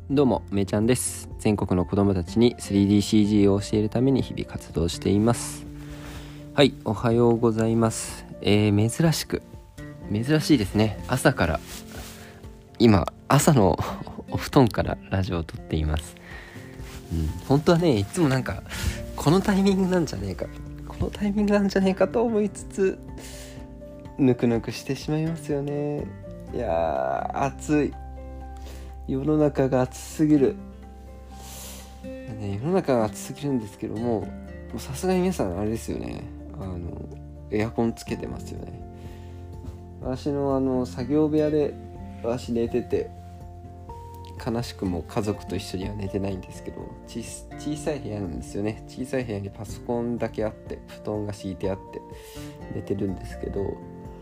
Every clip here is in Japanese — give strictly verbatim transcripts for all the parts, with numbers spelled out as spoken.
どうもめいちゃんです。全国の子どもたちに スリーディーシージー を教えるために日々活動しています。はい、おはようございます。えー、珍しく珍しいですね。朝から今朝のお布団からラジオを撮っています。うん、本当はねいつもなんかこのタイミングなんじゃねえかこのタイミングなんじゃねえかと思いつつぬくぬくしてしまいますよね。いやー暑い。世の中が暑すぎる、ね、世の中が暑すぎるんですけども、さすがに皆さんあれですよね、あのエアコンつけてますよね。私のあの作業部屋で私寝てて、悲しくも家族と一緒には寝てないんですけど、ち小さい部屋なんですよね。小さい部屋にパソコンだけあって布団が敷いてあって寝てるんですけど、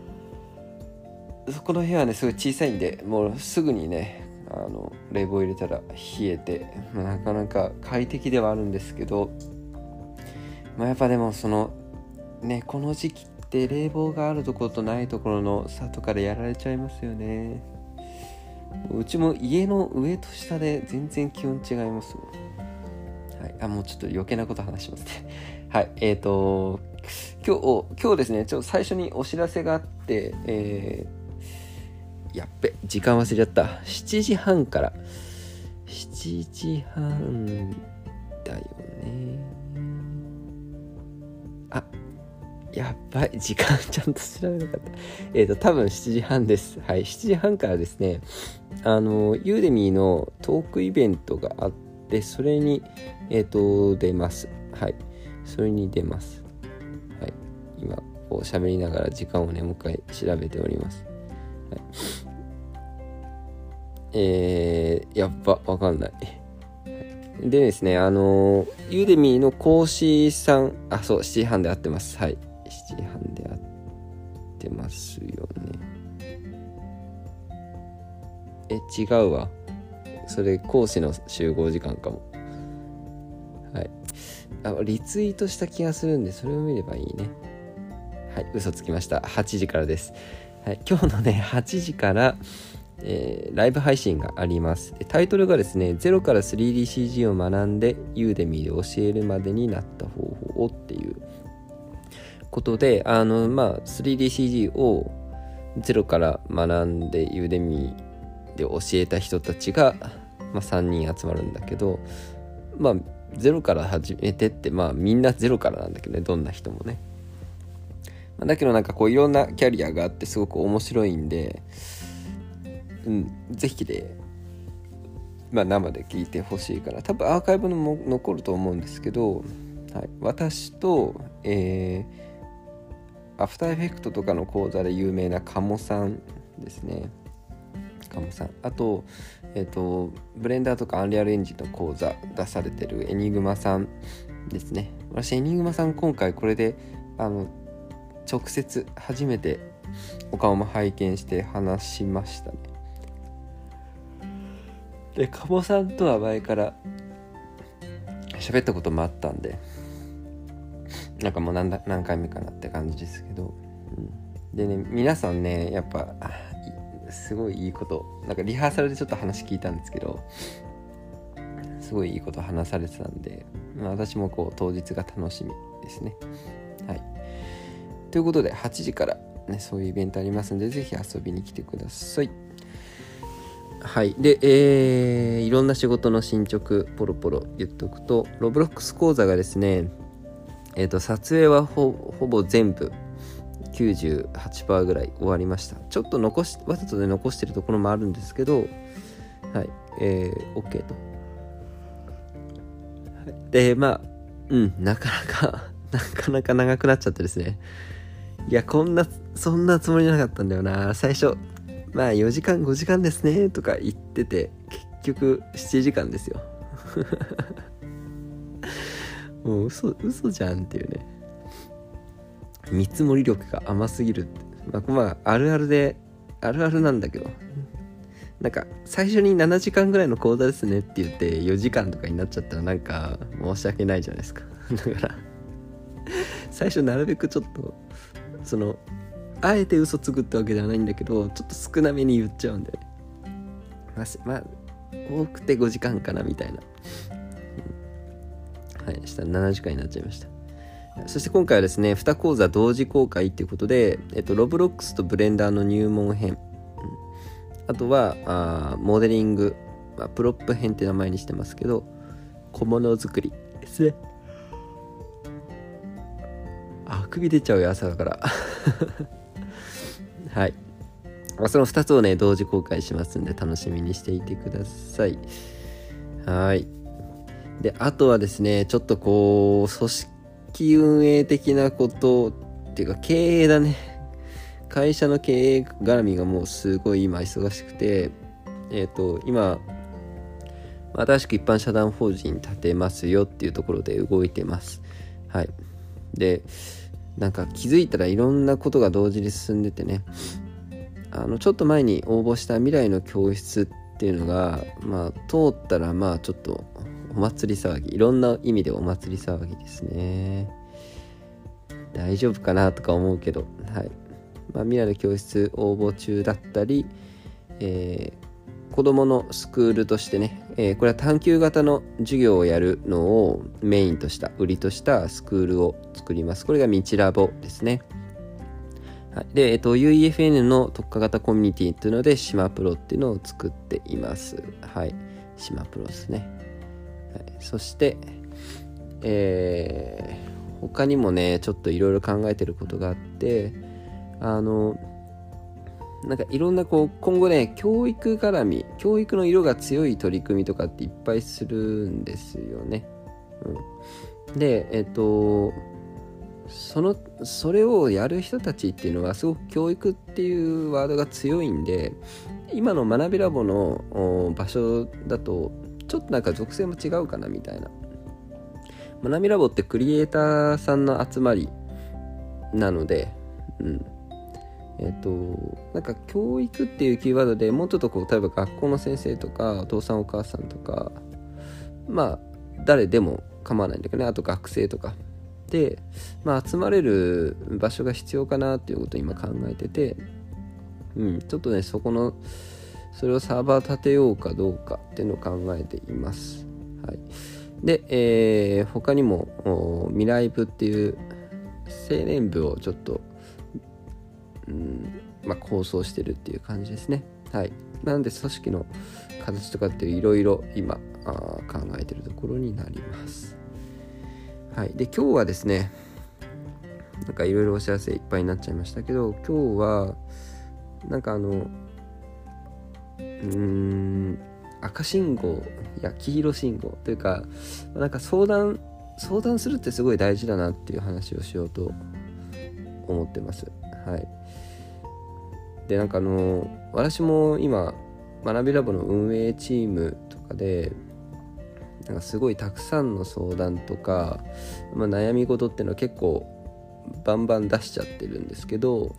そこの部屋はねすごい小さいんで、もうすぐにねあの冷房入れたら冷えて、まあ、なかなか快適ではあるんですけど、まあ、やっぱでもそのねこの時期って冷房があるところとないところの差とかでやられちゃいますよね。うちも家の上と下で全然気温違いますもん。はい、あもうちょっと余計なこと話しますね。はいえーと今日今日ですねちょっと最初にお知らせがあって、えーやっべ時間忘れちゃった。しちじはんからしちじはんだよね。あやばい時間ちゃんと調べなかった。えっと多分しちじはんです。はいしちじはんからですね、あのユーデミーのトークイベントがあって、それにえっと出ます。はいそれに出ます。はい今こう喋りながら時間をねもう一回調べております。はいえー、やっぱわかんない。でですね、あのユーデミーの講師さん、あ、そう、しちじはんで合ってます。はい、しちじはんで合ってますよね。え、違うわ。それ講師の集合時間かも。はい。あ、リツイートした気がするんで、それを見ればいいね。はい、嘘つきました。はちじからです。はい、今日のね、はちじから、えー、ライブ配信があります。タイトルがですね、ゼロから スリーディーシージー を学んでユーデミーで教えるまでになった方法をっていうことで、あのまあ スリーディーシージー をゼロから学んでユーデミーで教えた人たちが、まあ、さんにん集まるんだけど、まあゼロから始めてって、まあみんなゼロからなんだけどね、どんな人もね。だけどなんかこういろんなキャリアがあってすごく面白いんで、うん、ぜひで、まあ、生で聞いてほしいかな。多分アーカイブのも残ると思うんですけど、はい、私と、えー、アフターエフェクトとかの講座で有名なカモさんですね。カモさん。あと、えーと、ブレンダーとかアンリアルエンジンの講座出されてるエニグマさんですね。私エニグマさん今回これであの直接初めてお顔も拝見して話しましたね。でカモさんとは前から喋ったこともあったんで、なんかもう 何, だ何回目かなって感じですけど、うん、でね皆さんねやっぱすごいいいこと、なんかリハーサルでちょっと話聞いたんですけど、すごいいいこと話されてたんで、まあ、私もこう当日が楽しみですね。はいということではちじから、ね、そういうイベントありますのでぜひ遊びに来てください。はいで、えー、いろんな仕事の進捗ポロポロ言っておくと、ロブロックス講座がですね、えーと撮影は ほ, ほぼ全部 きゅうじゅうはちパーセント ぐらい終わりました。ちょっと残しわざとで残してるところもあるんですけど、はいえー、OK と。でまあうんなかなかなかなか長くなっちゃってですね、いやこんなそんなつもりじゃなかったんだよな。最初まあよじかんごじかんですねとか言ってて、結局ななじかんですよ。もう嘘嘘じゃんっていうね。見積もり力が甘すぎるって、まあ、まああるあるであるあるなんだけど、なんか最初にななじかんぐらいの講座ですねって言ってよじかんとかになっちゃったらなんか申し訳ないじゃないですか。だから最初なるべくちょっとそのあえて嘘つくってわけではないんだけど、ちょっと少なめに言っちゃうんだよね。まあ、まあ、 多くてごじかんかなみたいな、うん、はい、したらななじかんになっちゃいました。そして今回はですねに講座同時公開ということで、えっと、ロブロックスとブレンダーの入門編、うん、あとはあモデリング、まあ、プロップ編って名前にしてますけど小物作りですね。あくび出ちゃうよ朝だからはい、そのふたつをね同時公開しますんで楽しみにしていてください。はい。であとはですねちょっとこう組織運営的なことっていうか経営だね。会社の経営絡みがもうすごい今忙しくて、えっと今新しく一般社団法人立てますよっていうところで動いてます。はい。でなんか気づいたらいろんなことが同時に進んでてね、あのちょっと前に応募した未来の教室っていうのがまあ通ったらまあちょっとお祭り騒ぎ、いろんな意味でお祭り騒ぎですね。大丈夫かなとか思うけど、はい。まあ、未来の教室応募中だったり、えー、子どものスクールとしてね、えー、これは探究型の授業をやるのをメインとした売りとしたスクールを作ります。これがみちラボですね。はい、で、えっと、ユーイーエフエヌ の特化型コミュニティっていうので島プロっていうのを作っています。はい、島プロですね。はい、そして、えー、他にもねちょっといろいろ考えてることがあって、あのなんかいろんなこう今後ね教育絡み教育の色が強い取り組みとかっていっぱいするんですよね。うん、でえっとそのそれをやる人たちっていうのはすごく教育っていうワードが強いんで、今の学びラボの場所だとちょっとなんか属性も違うかなみたいな。学びラボってクリエイターさんの集まりなので、うんえっとなんか教育っていうキーワードでもうちょっとこう例えば学校の先生とかお父さんお母さんとかまあ誰でも構わないんだけどね、あと学生とかで、まあ、集まれる場所が必要かなっていうことを今考えてて、うん、ちょっとねそこのそれをサーバー立てようかどうかっていうのを考えています。はい、で、えー、他にも未来部っていう青年部をちょっと、うんまあ、構想してるっていう感じですね。はい、なので組織の形とかっていろいろ今あ考えてるところになります。はい、で今日はですねなんかいろいろお知らせいっぱいになっちゃいましたけど、今日はなんかあのうーん赤信号や黄色信号というかなんか相談相談するってすごい大事だなっていう話をしようと思ってます。はい。でなんかあの私も今学びラボの運営チームとかでなんかすごいたくさんの相談とか、まあ、悩み事っていうのは結構バンバン出しちゃってるんですけど、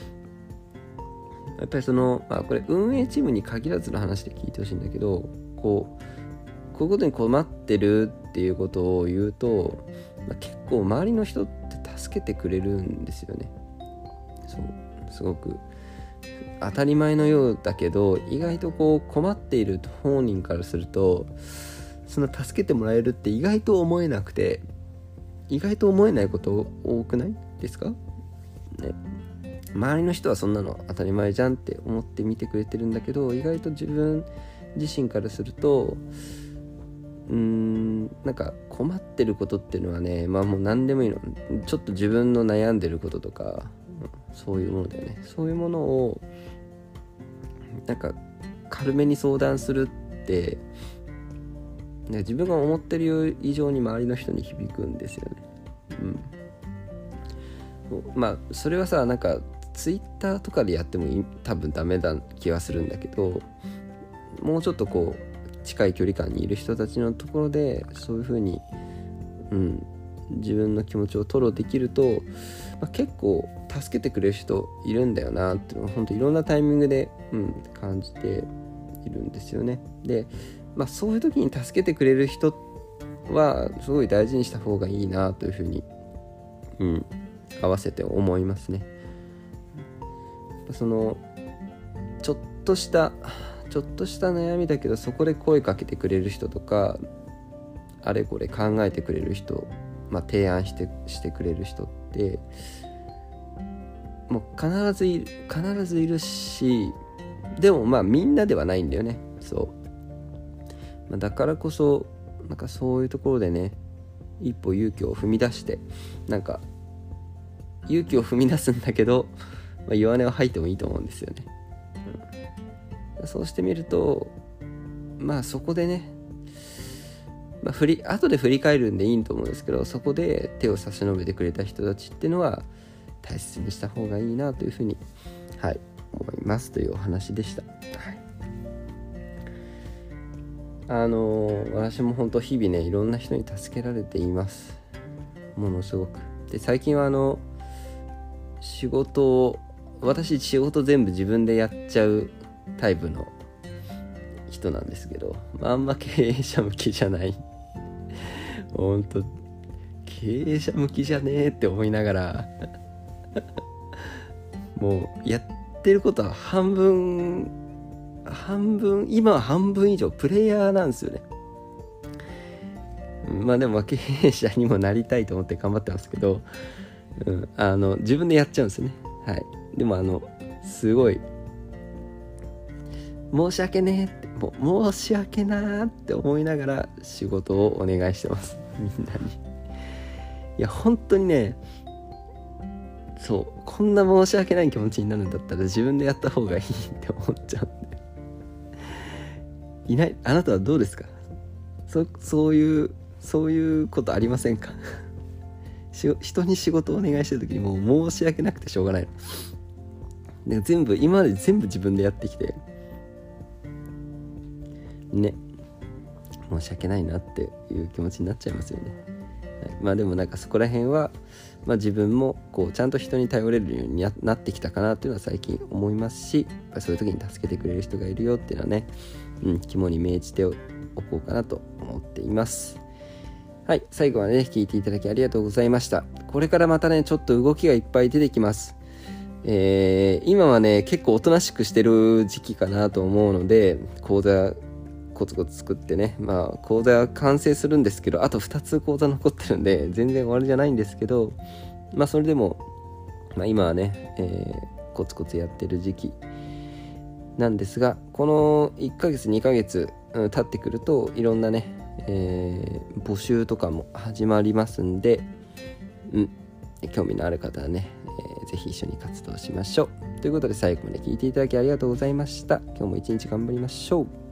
やっぱりその、まあ、これ運営チームに限らずの話で聞いてほしいんだけど、こうこういうことに困ってるっていうことを言うと、まあ、結構周りの人って助けてくれるんですよね。そうすごく当たり前のようだけど、意外とこう困っている本人からするとその助けてもらえるって意外と思えなくて、意外と思えないこと多くないですかね。周りの人はそんなの当たり前じゃんって思って見てくれてるんだけど、意外と自分自身からするとうーんなんか困ってることっていうのはね、まあもう何でもいいの、ちょっと自分の悩んでることとかそういうものだよね。そういうものをなんか軽めに相談するって自分が思ってる以上に周りの人に響くんですよね。うん、まあそれはさなんかツイッターとかでやっても多分ダメだ気はするんだけど、もうちょっとこう近い距離感にいる人たちのところでそういう風に、うん、自分の気持ちを吐露できると、まあ、結構助けてくれる人いるんだよなっていうのを本当いろんなタイミングで、うん、感じているんですよね。で、まあ、そういう時に助けてくれる人はすごい大事にした方がいいなというふうに、うん、合わせて思いますね。そのちょっとしたちょっとした悩みだけどそこで声かけてくれる人とか、あれこれ考えてくれる人、まあ、提案してしてくれる人ってもう必ずいる必ずいるし、でもまあみんなではないんだよね。そう、まあ、だからこそなんかそういうところでね、一歩勇気を踏み出して、なんか勇気を踏み出すんだけど、まあ、弱音を吐いてもいいと思うんですよね、うん、そうしてみるとまあそこでね、まあ、振り後で振り返るんでいいと思うんですけど、そこで手を差し伸べてくれた人たちっていうのは大切にした方がいいなというふうに、はい、思いますというお話でした。はい、あのー、私も本当日々ね、いろんな人に助けられています。ものすごく。で、最近はあの仕事を私仕事全部自分でやっちゃうタイプの人なんですけど、まあ、あんま経営者向きじゃないほんと経営者向きじゃねえって思いながらもうやってることは半分半分今は半分以上プレイヤーなんですよね。まあでも経営者にもなりたいと思って頑張ってますけど、うん、あの自分でやっちゃうんですよね。はい。でもあのすごい申し訳ねえってもう申し訳なーって思いながら仕事をお願いしてますみんなに。いや本当にね、そうこんな申し訳ない気持ちになるんだったら自分でやった方がいいって思っちゃうんでいない。あなたはどうですか？そそういうそういうことありませんか？し人に仕事をお願いしてる時にもう申し訳なくてしょうがないので、全部今まで全部自分でやってきてね、申し訳ないなっていう気持ちになっちゃいますよね。はい、まあでもなんかそこら辺は、まあ、自分もこうちゃんと人に頼れるようになってきたかなっていうのは最近思いますし、そういう時に助けてくれる人がいるよっていうのはね、うん、肝に銘じておこうかなと思っています。はい、最後までね聞いていただきありがとうございました。これからまたねちょっと動きがいっぱい出てきます。えー、今はね結構おとなしくしてる時期かなと思うので、講座コツコツ作ってね、まあ講座完成するんですけど、あとふたつ講座残ってるんで全然終わりじゃないんですけど、まあそれでも、まあ、今はね、えー、コツコツやってる時期なんですが、このいっかげつにかげつ、うん、経ってくるといろんなね、えー、募集とかも始まりますんで、うん、興味のある方はね、えー、ぜひ一緒に活動しましょうということで、最後まで聞いていただきありがとうございました。今日も一日頑張りましょう。